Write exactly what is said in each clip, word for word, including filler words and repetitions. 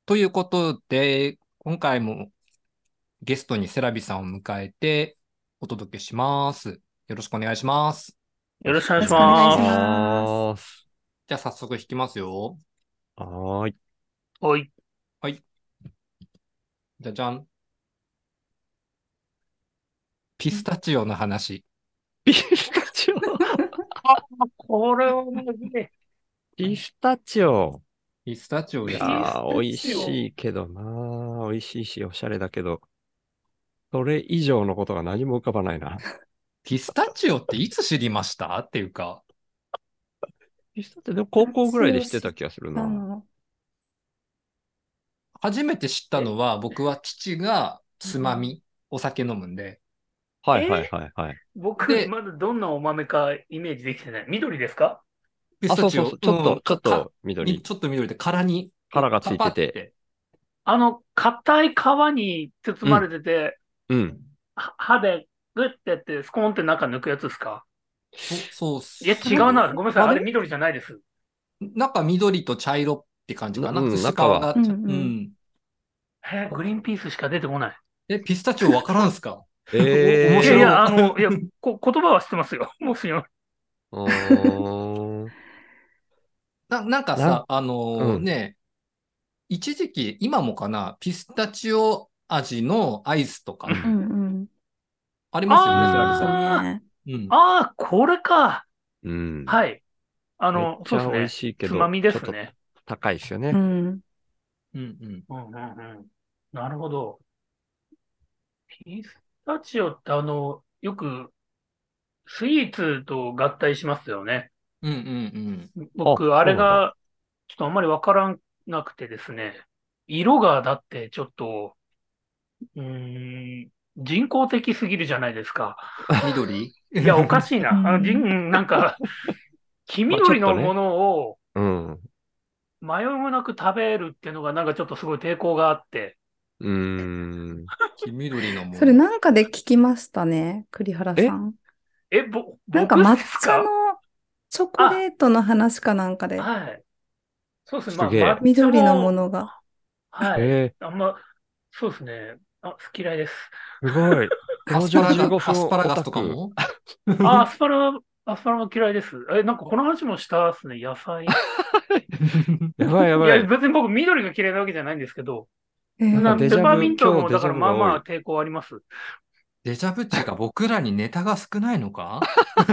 ということで、今回もゲストにセラビさんを迎えてお届けします。よろしくお願いします。 よろしくお願いしよろしくお願いします。 ます。 ます。 じゃあ早速弾きますよ。 はーい。 はい。 はい。じゃじゃん。ピスタチオの話。 ピスタチオ。 あ、これはまずい。 ピスタチオ。 ピスタチオいやですよ。 ピスー、美味タチオ。 しいけどなー。美味しいし、おしゃれだけど、それ以上のことが何も浮かばないな。 ピスタチオっていつ知りましたっていうか、 ピスタチオ、でも高校ぐらいで知ってたタチを知っ気がするな。 たの。 初めて知ったえ、 のは僕は父がうん、 つまみ、お酒飲むんで。 はいはいえ、 はいはい。 僕、 で、 まだどんなお豆かイメージできてない。緑ですか？ あ、 ピスタチオ、 そうそうそう。ちょっうん、 と、ちょか、か、 っと緑。 みちょっと緑で殻に、こう、 殻がつパパいてて。 って、 あの、硬い皮に包まれうん、 てて、 うん。 は歯でグッてやって、スコーンって中抜くやつですか？ そ、そうっいや、 す。 違うな。ごめんなさい。 あれあれ緑じゃないです。 中緑と茶色って感じな、 かな。 うん、 薄皮中は。 が茶、 うんうん。 うん。 えーグリーンピースしか出てこない。 え、ピスタチオわからんすか？お、面ええいやいや、 白。 あの、いや、こ、言葉は知ってますよ。もしよ。 ー。うーん。 な、なんかなん、 さ、あうん。 のね、一時期、今もかな、ピスタチオ味のアイスとか、 ううん。 んうん。 ありますよね、 ありまセラビさん。 すあね。 うん。 あ、ああ、これか。 うん。 はい。あめっの、 ちゃ美味そうですね。 しいけど、 つまみでちょっとすね。 高いですよね。 うん。 うんうん。 うんうんうん。なるほど。ピスタチオってあの、よくスイーツと合体しますよね。 うんうんあ、 僕、あそうなんだ。 れがちょっとあんまりわからなくてですね。色がだってちょっと、うーん、人工的すぎるじゃないですか。 うん。緑。 いや、おかしいうな。あの、人、 ん。 なんか、黄まあちょっ緑のもとね。 のをうん。う迷いもなく食べるっていうのがなんかちょっとすごい抵抗があって。 ーん。 黄緑のもそれの。 なんかで聞きましたね、栗原さえん。 え、ぼ、僕でなんか抹茶すか？ のチョコあ、 レートの話かなんかで、 はい。そうですね。まあ、 すげえ。 抹茶緑のもも、 のが。 はい。 えあんま、そうですね。あ、嫌いです。 ー、すごい。 アス標準15 パラガ、アス分オパラガスタク。 とかも。 あ、アスパラ、アスパラは嫌いです。え、なんかこの話もしたっすね。野菜。 やばいやいや、 ばい。 別に僕緑が嫌いなわけじゃないんですけど、 なんかな、 デジャブ、 ペパーミントもだから今日デジャブまあまあが多い。 抵抗あります。 デジャブ値が僕らにネタが少ないのか？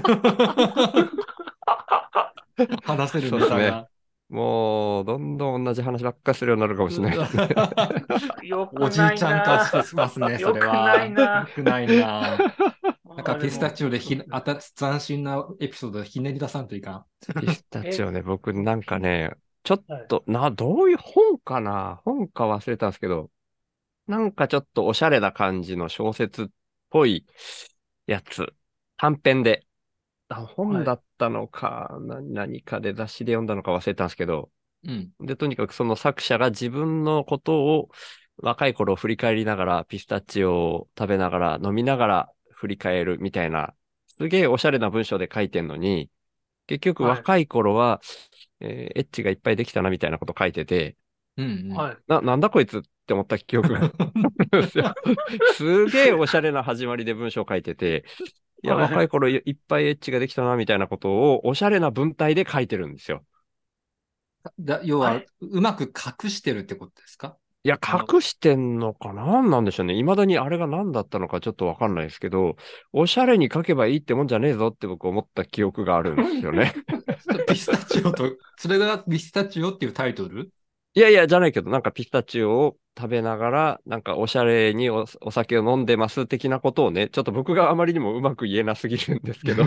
話せるそうですね。 ネタが。 もう、どんどん同じ話ばっかりするようになるかもしれないですね。 よくないおじいちゃん化な。 してますね、それよくないは。よな。 くないな。なんかああ、でピスタも、 チオでひ、 そうですね。 あた、斬新なエピソードでひねり出さんといかん。 ピスタチえ、 オね、僕なんかピ、 ね、ちょっはい。 と、な、どういう本かな本か忘れたんですけど、なんかちょっとおしゃれな感じの小説っぽいやつ。短編で。あ、本はい。 だったのか、な、何かで雑誌で読んだのか忘れたんですけど、 うん。 で、とにかくその作者が自分のことを若い頃を振り返りながら、ピスタチオを食べながら、飲みながら振り返るみたいな、すげえおしゃれな文章で書いてんのに、結局はい。 若い頃は、えーエッチがいっぱいできたなみたいなこと書いてて、 うんうん。 はい。 な、なんだこいつって思った記憶があるんですよ。すげえおしゃれな始まりで文章書いてて、いや、 はい。 若い頃いいっぱいエッチができたなみたいなことをおしゃれな文体で書いてるんですよ。 だ、要は、 あれ、 うまく隠してるってことですか？ いや、 あの、 隠してんのかなんなんでしょうね。未だにあれが何だったのかちょっとわかんないですけど、おしゃれに書けばいいってもんじゃねえぞって僕思った記憶があるんですよね。 ピスタチオと、それがピスタチオっていうタイトル？ いやいや、じゃないけど、なんかピスタチオを食べながら、なんかおしゃれにお、お酒を飲んでます的なことをね、ちょっと僕があまりにもうまく言えなすぎるんですけど、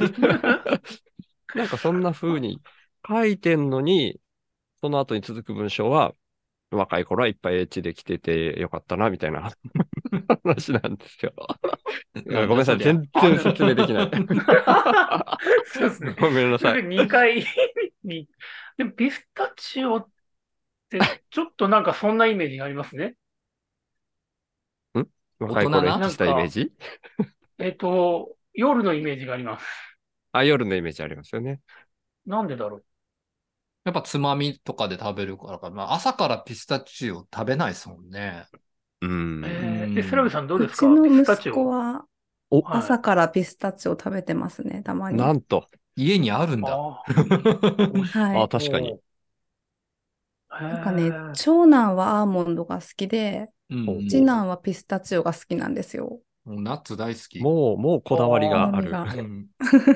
なんかそんな風に書いてんのに、その後に続く文章は、若い頃はいっぱいエッチできててよかったな、みたいな話なんですよ。 なんごめんなさい。 だそりゃ。 全然説明できない。 そうですね。 ごめんなさい。 それにかいに、でもピスタチオってちょっとなんかそんなイメージがありますね。 ん大若い人な。 頃エッチしたイメーなんか、 ジ。 えっと、夜のイメージがあります。 あ、夜のイメージありますよね。 なんでだろう。 やっぱつまみとかで食べるからか、まあ、朝からピスタチオ食べないですもんね。 うん。 えー、 うんえ、セラビさんどううですかちのピスタチ息子オ。 はお、 はい。 朝からピスタチオ食べてますね、たまに。 なんと。 家にあるんだ。 ああ、おし、 あ、 はい。 確かに。 おー、へなんかね、 え。 長男はアーモンドが好きで、 ほううんうん次男はピスタチオが好きなんですよ。 もうナッツ大好き。 もう、もうこだわりあがある。 好みが。 うん。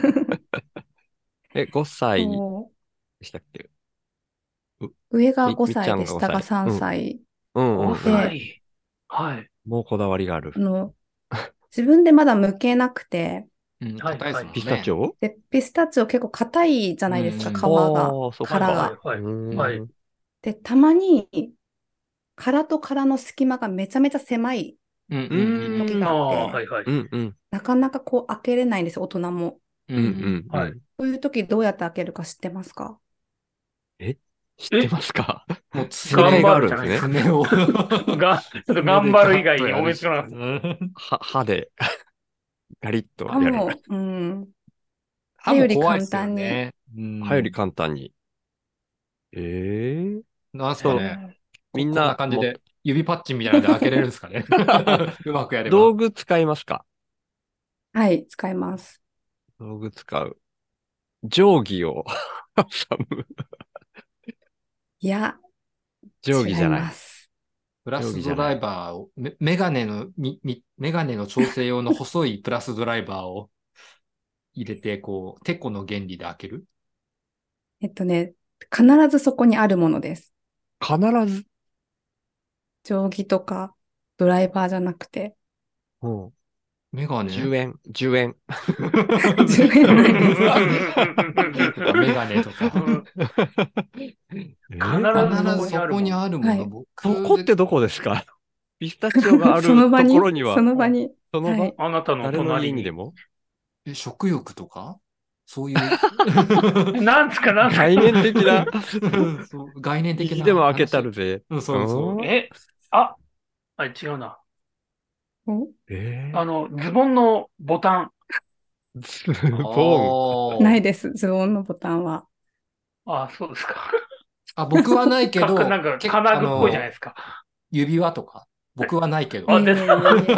え、ごさいそでしたっけ？う、 う。上がみ、みっち 5 ゃんが歳で下がごさい。う 3 ん。 歳うんうんうん。 5 で、 歳。はい。 もうこだわりがある。 あの、自分でまだ剥けなくて、 うん、 はい、 硬いですはい。 ピもんね。 スタチオ？ で、ピスタチオ結構硬いじゃないですか、 うん皮が、 ああ、そっはい、はい、 殻が。 はい。 うーはい。 ん。 で、たまに殻と殻の隙間がめちゃめちゃ狭いうんうんう時ーん。 があっああ、はて、 い、はい。 うんうん。 なかなかこう開けれないんですよ、大人も。 うん。ううんんはい。 うんうん。 そういう時どうやって開けるか知ってますか？ え、知ってえ、 ますか？ もう爪、 正解が頑張あるんですね。 るじゃないですか。 爪をが、ちょっと爪で頑張る以ガッと外に思いつやるしか。 かなかった。 は、歯でガリッと歯やる。 も、うん、 歯も歯より簡怖いっすよ単に、 ね。う歯よりん。 簡単に。ええ、そう、 なんすかね。こ、 みんこんななも、 感じで、指パッチンみたいなので開けれるんですかね。うまくやれば。 道具使いますか？ はい、使います。 道具使う。定規を挟む。 いや、 定規違いじゃない。 ます。 プラ定スドライ規じゃない。 バーを、メ、メガネの、み、み、メガネの調整用の細いプラスドライバーを入れて、こう、テコの原理で開ける。 えっとね、必ずそこにあるものです。 必ず。 定規とかドライバーじゃなくて、 うん。 メガネじゅうえん、じゅうえん。 じゅうえんないです。 定規とかメガネとか。 必え、 あ必ずそこずそこににあるもの。 あるもの、 はい。 僕そこってで、 どこですか？ピスタチオがあそるとこの場に、そろには、 の場に、 その場、 はい。 あなたの誰の家隣に。 にでもえ、食欲とかそういう。 なんつか、なんつか。 概念的なそう、概念意的地でも開けたな話。 るぜ。 うん、 うそうそん。 え、あ、あ、違うな。 おえあの、ズボンのボタン。 ー、ズう。 ボン。 あないです、ズボンのボタンは。 あ、そうですか。 あ。あ、僕はないけか、かなど、 んか、 け、あ金具っぽいじゃないの、 ですか。 指輪とか。僕はないけど。 あ、 いえいで、 えいえいえ。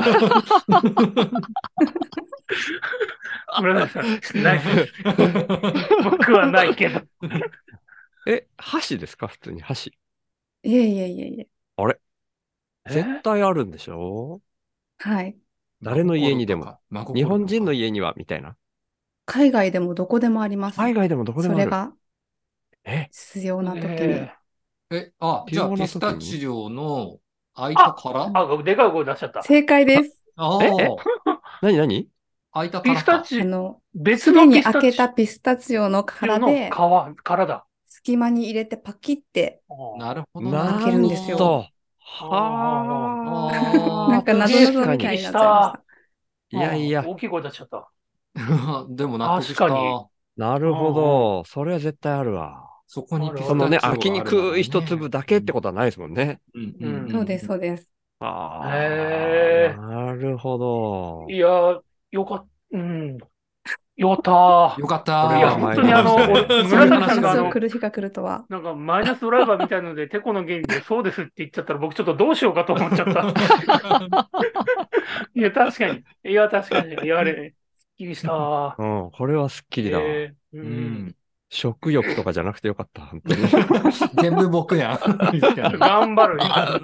村田さん、ナイスです。僕はないけど。 え、箸ですか？普通に箸。 いえいえいえいえ。 あれ、絶え対あるんでしょ？ はい。 誰の真家にでも。 心とか、真日本心とか。 人の家には、みたいな。 海外でもどこでもあります。 海外でもどこでもある。 それがえ、 必要な時に。 えーえ、あ、じゃあ、 必要なピスタ時に？ チオの開いたあ、 殻。 あ、でかい声出しちゃった。 正解です。 あえ、え、 あ、 なになに？ 開いたピ殻か。 スタチ、 あの、 別のすでにピスタチ開けたピスタチオのオの殻で、 皮からだ。 隙間に入れてパキってなるほど、なる開けるなんんですよ。 ほと。 ああ、ああ、 ど。あなんはあ、 かなぞなぞ確かに。 みたいにびっくりしなっちゃいました。 た。 いやいや、 大きい声出しちゃった。 あ。でも納得した。 確かに。 なるほうんうん。 ど。それは絶対あるわ。 そこにピスそのね、 あるある。 タチオ開きにがあるならくい一粒ね。 だけってうん、 ことはないですもんね。 うん、うん、 うん。 そうです、 うん。 そうです。 ああ、 へなるほえ。 ど。 いや、よかった。うん。よかっよかった。いや、 これがた。 本参りました当にあの、俺、 ね。 そういう紫さんがあの、 話ですね。 ピスタチオ来る日が来るとは。 なんかマイナスドライバーみたいなので、テコの原理でそうですって言っちゃったら、僕ちょっとどうしようかと思っちゃった。いや、確かに。いや、確かに。いや、あれ、すっきりしたうん、これはスッキリだわ。 えー、う。 うんん。 食欲とかじゃなくてよかった、本当に。 全部僕やん。言ってある。 頑張る、今。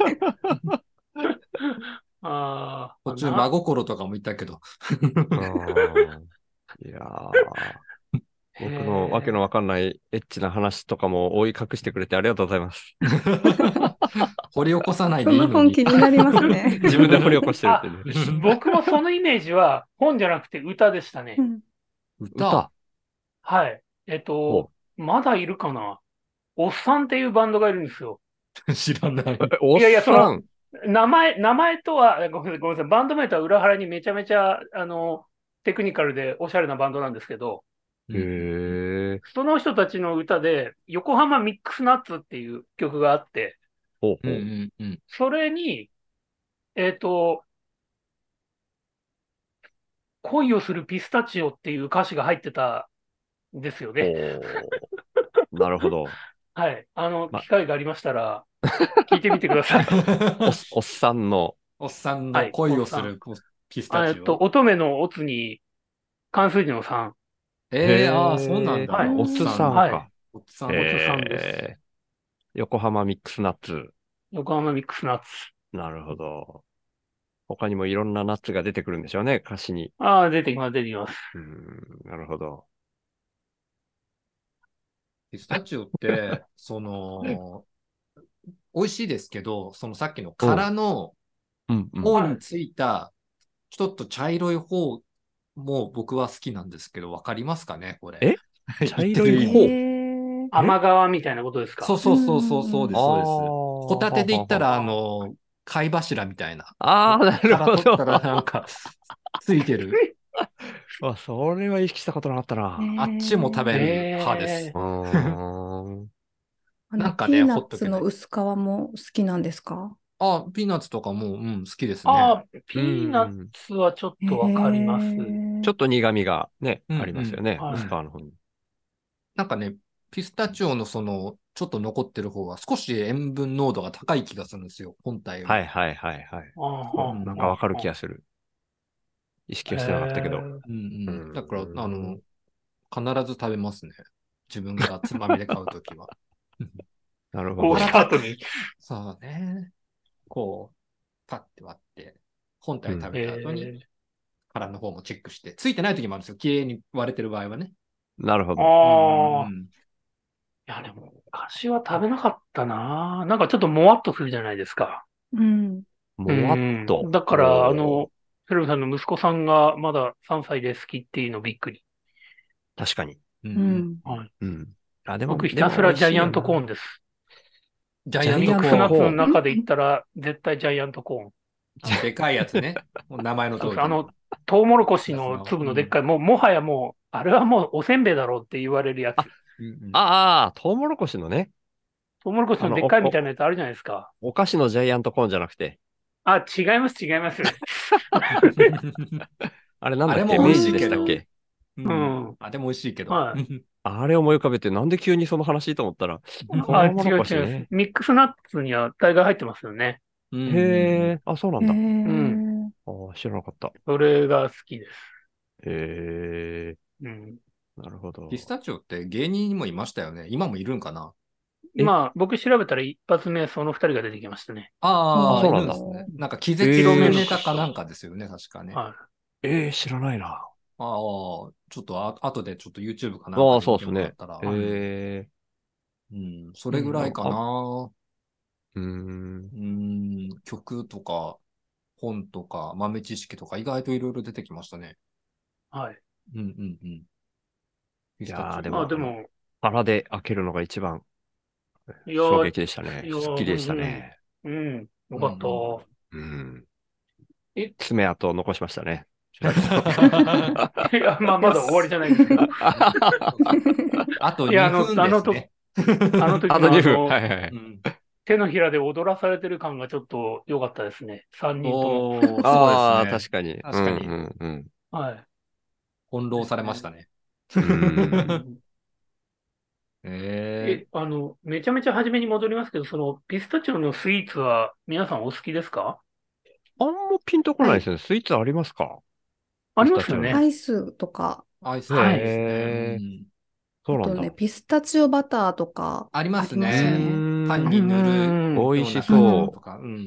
ああ、 途中、真な、 心とかも言ったけど。 うん。いやー、 へ僕のわけのわえ。 かんないエッチな話とかも覆い隠してくれてありがとうございます。 掘り起こさないそでいいのに。 の本気になりますね。 自分で掘り起こしてるってあ、 ね。 僕もそのイメージは本じゃなくて歌でしたね。 うん歌。 はい。えっお、 と、まだいるかな。おっさんっていうバンドがいるんですよ。 知らない。 え、おっいやいや、その、 さん。 名前、名前とは、ごめんなさい、ごめんなさい。バンド名とは裏腹にめちゃめちゃ、あの、テクニカルでおしゃれなバンドなんですけど、 うへん。 え、 その人たちの歌で、横浜ミックスナッツっていう曲があって、 うん、 ほうほう。 うん、うん。 それに、えっと、恋をするピスタチオっていう歌詞が入ってたんですよね。 ほう。 なるほど。 はい。あの、 ま機会がありましたら、聞いてみてください。 おっ、おっさんの、 おっさんはい。 の恋おっさん。 をするピスタあえっと、 チオ。 乙女の乙に漢数字のさん。 ええー、ああ、そうなんへえ、 だ。 はい。 おっおつさんの。 さんか。 はい。 おっさんおつの。 さんです。 へえ、横浜ミックスナッツ。 横浜ミックスナッツ。 なるほど。他にもいろんなナッツが出てくるんでしょうね、歌詞に。 ああ、出てきます、出てきます。 うーん、なるほど。 ピスタチオって、その、美味しいですけど、そのさっきのうん、 殻のうん、うん。 方についた、ちょっと茶色い方も僕は好きなんですけど、わかりますかね、これ。 え茶言って色い方。 る意味。 へえ。 甘皮みたいなことですか？ そうそうそうそうそうであす、そうです。ホあ、 タテで言ったら、あはははは。 の、貝柱みたいな。 ああ、なるほど。 殻取ったらなんか、ついてる。 あ、それは意識したことなかったへな。 あっちも食べえる派です。 うーん。 あの、 なんかね、 ピーナほっとけない。 ッツの薄皮も好きなんですか？ あ、ピーナッツとかも、うん、好きですね。 ああ、 うピーナッん。 ツはちょっへとわかります。 ちょっと苦味がね、 うん、 ありますようん、 ね。 はい。 薄皮の方に。 なんかね、ピスタチオのその、ちょっと残ってる方は少し塩分濃度が高い気がするんですよ、本体より。 はいはいはいはい。 ああ、 お、 はうん、 なんかわかるあ、は気がする。意識あ。へはしてなかったけど。 え。 うん、ううーん。だから、あの、 ん。 必ず食べますね。自分がつまみで買うときは。 なるほこうしパラど。 た後に。 そうね。こう、パッて割って、本体食べうん。 た後に、 ええ。 殻の方もチェックして、ついてない時もあるんですよ。綺麗に割れてる場合はね。 なるほど。 うんうんああ。 うん。 いや、でも、昔は食べなかったな。なんかちょっともわっとするじゃないですか。 うん。 うもわっん。 と。 だから、あおー、 の、セレブさんの息子さんがまださんさいで好きっていうのびっくり。 確かに。 うんううん。 ん。 はい。 うん。あ、でも、 僕ひたすでも美味らジャイアントコーしいよな。 ンです。 ジジャイアントミックスナッコーン。 ツのャイアントコーン。 中で言ったら、絶対ジャイアントコーン。 あの、でかいやつね。もう名前のそうです。あ通り。 の、トウモロコシやつの。 の粒うん。 のでっかい、もう、もはやもう、あれはもうおせんべいだろうって言われるやつ。 あ、 うんうん。 ああ、トウモロコシのね。 トウモロコシあの、 のでっお、 かいみたいなお、 やつあるじゃないですか。 お菓子のジャイアントコーンじゃなくて。 あ、違います、違います。 あれなんあれだっけ、 も美味し明治いけど、 でしたっけ？ ううん。 ん。 あれも美味しいけど。 はい。 あれ思い浮かべて、なんで急にその話と思ったら、トあ、 ウモロ違う違う。 コシね。 ミックスナッツには大概入ってますよね。 うんうんうん。 へえ、あ、そうなんへだ。 うん。 え。 あー、知らなかった。 それが好きです。 へえ、 うん。 なるほど。 ピスタチオって芸人にもいましたよね。今もいるんかな。 え、 まあ、僕調べたら一発目その二人が出てきましたね。 あ、 ああ、いそうなんだ。 るんですね。 おー。 なんか気絶するへえ、 広めのネタかなん方。 かですよね、確かね。 はえー、知らないな。 ああ、ちょっとあ後でちょっと YouTube かなんかああ、 で見てそうですね。 もらったら、 い。はい。 うん、 へえ、 うん、そうん。 れぐらいかなんか、 な。 うーん、 うん、曲とか本とか豆知識とか意外といろいろ出てきましたね。 はい。 うんうんうん。ピスタいやー、でチオ。 まあ、 も、 でも、 腹で開けるのが一番いやー、 衝撃でしたね。 いやー、 スッキリでしたうん、 ね。 うん、ようんかっうん。 た。 うん。 え、 爪痕を残しましたね。白木さん。 いや、まあ、 いや、 まだ終わりじゃないですけど。 あといや、あの、 にふんあのと、 ですね。 あの時あとにふん。 のあの、 はいはいはい。 うん。 手のひらで踊らされてる感がちょっと良かったですね。三人とも。 おー、そうですああ、 ね。 確かに。うんう確かに。 んうん。 はい。 翻弄されましですね。 たね。 うーん。 うん。 ええ、 え、あの、めちゃめちゃ初めに戻りますけど、その、ピスタチオのスイーツは皆さんお好きですか？ あんまピンとこはい。 ないですね。スイーツありますか？ ありピスますよね。 タチオの。 アイスとか、 アイスとかはい。 いいですね。うへえ、 ん。 そうなんだ。 あとね、ピスタチオバターとかありまありますうーすね。 よね。 パンうん。 に塗るーん。 美味しような感じのそとか。うんうんうん。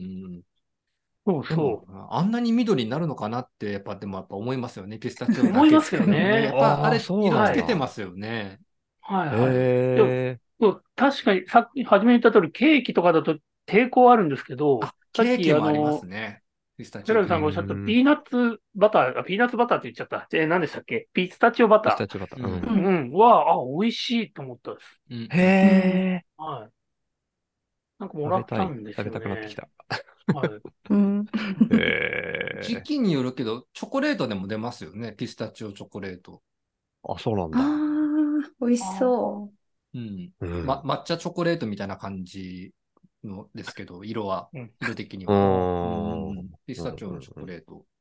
そうでも、 そあんなに緑になるのかなって、やっぱ、でもやっぱ思いますよね。ピスタチう。 オだけ思いますよ使うのね。やね。 っぱ、あう。ああ、 れ、色つはい。 そうなんだ。 けてますよね。 はいへはい。でも、 え。 そう確かに、さっき初めに言った通り、ケーキとかだと抵抗あるんですけど、 あ、ケーキさっき、あもありますの、 ね。ピスタチオ寺うー木さんがおっしゃったピん。 ーナッツバター、あ、ピーナッツバターって言っちゃった。えー、何でしたっけ？ピスタチオバピスタタチオバター。ううん。 ー。うん。 うん。 ん。は、あ、美味しいと思ったです。 うんへうんうん。 うん。 え。 はい。なんかもらった食べたい。 んですよ食べたくなってきね。 た。 はい。 うん。 へえ。 時期によるけど、チョコレートでも出ますよね。ピスタチオチョコレート。 あ、そうなんあだ。 あ、美味しあそあ。 うん。ま、 うん。 抹茶チョコレートみたいな感じのですけど、色は、 うん。 色的にうーは。うんうんん。 うん。ピスうんタチオのチョうんうん。 コレート。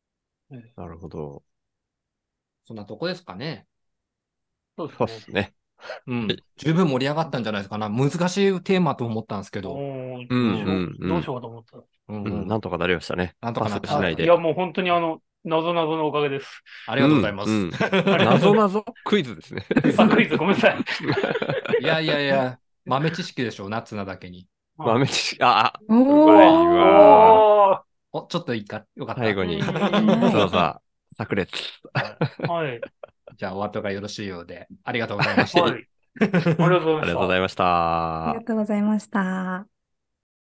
なるほど。 そんなとこですかね。 そうですね。 そうっすね。 うん。十分盛り上がったんじゃないですかな。難しいテーマと思ったんですけど。 おーうんどうしよううんうんどうしようかと思った。 うんう、 うんんなんとかなりましたね。 なんとかなったパスしないで。 あいや、もう本当にあの、謎々のおかげです。 ありがとうございます。 うんうんありがとうござい謎ます謎クイズですね。 あ、クイズごめんなさい。 いやいやいや、豆知識でしょう、ナッツなだけに。 豆知識、あ、あうおまいー。 わ。 おーお、ちょっといいか、よかった。 最後に、 うんはいそうさ、炸裂。 はい。 じゃあ、お後がよろしいようで、ありがとうございました。 はい。ありがとうございましたありがとうございました。 ありがとうございました。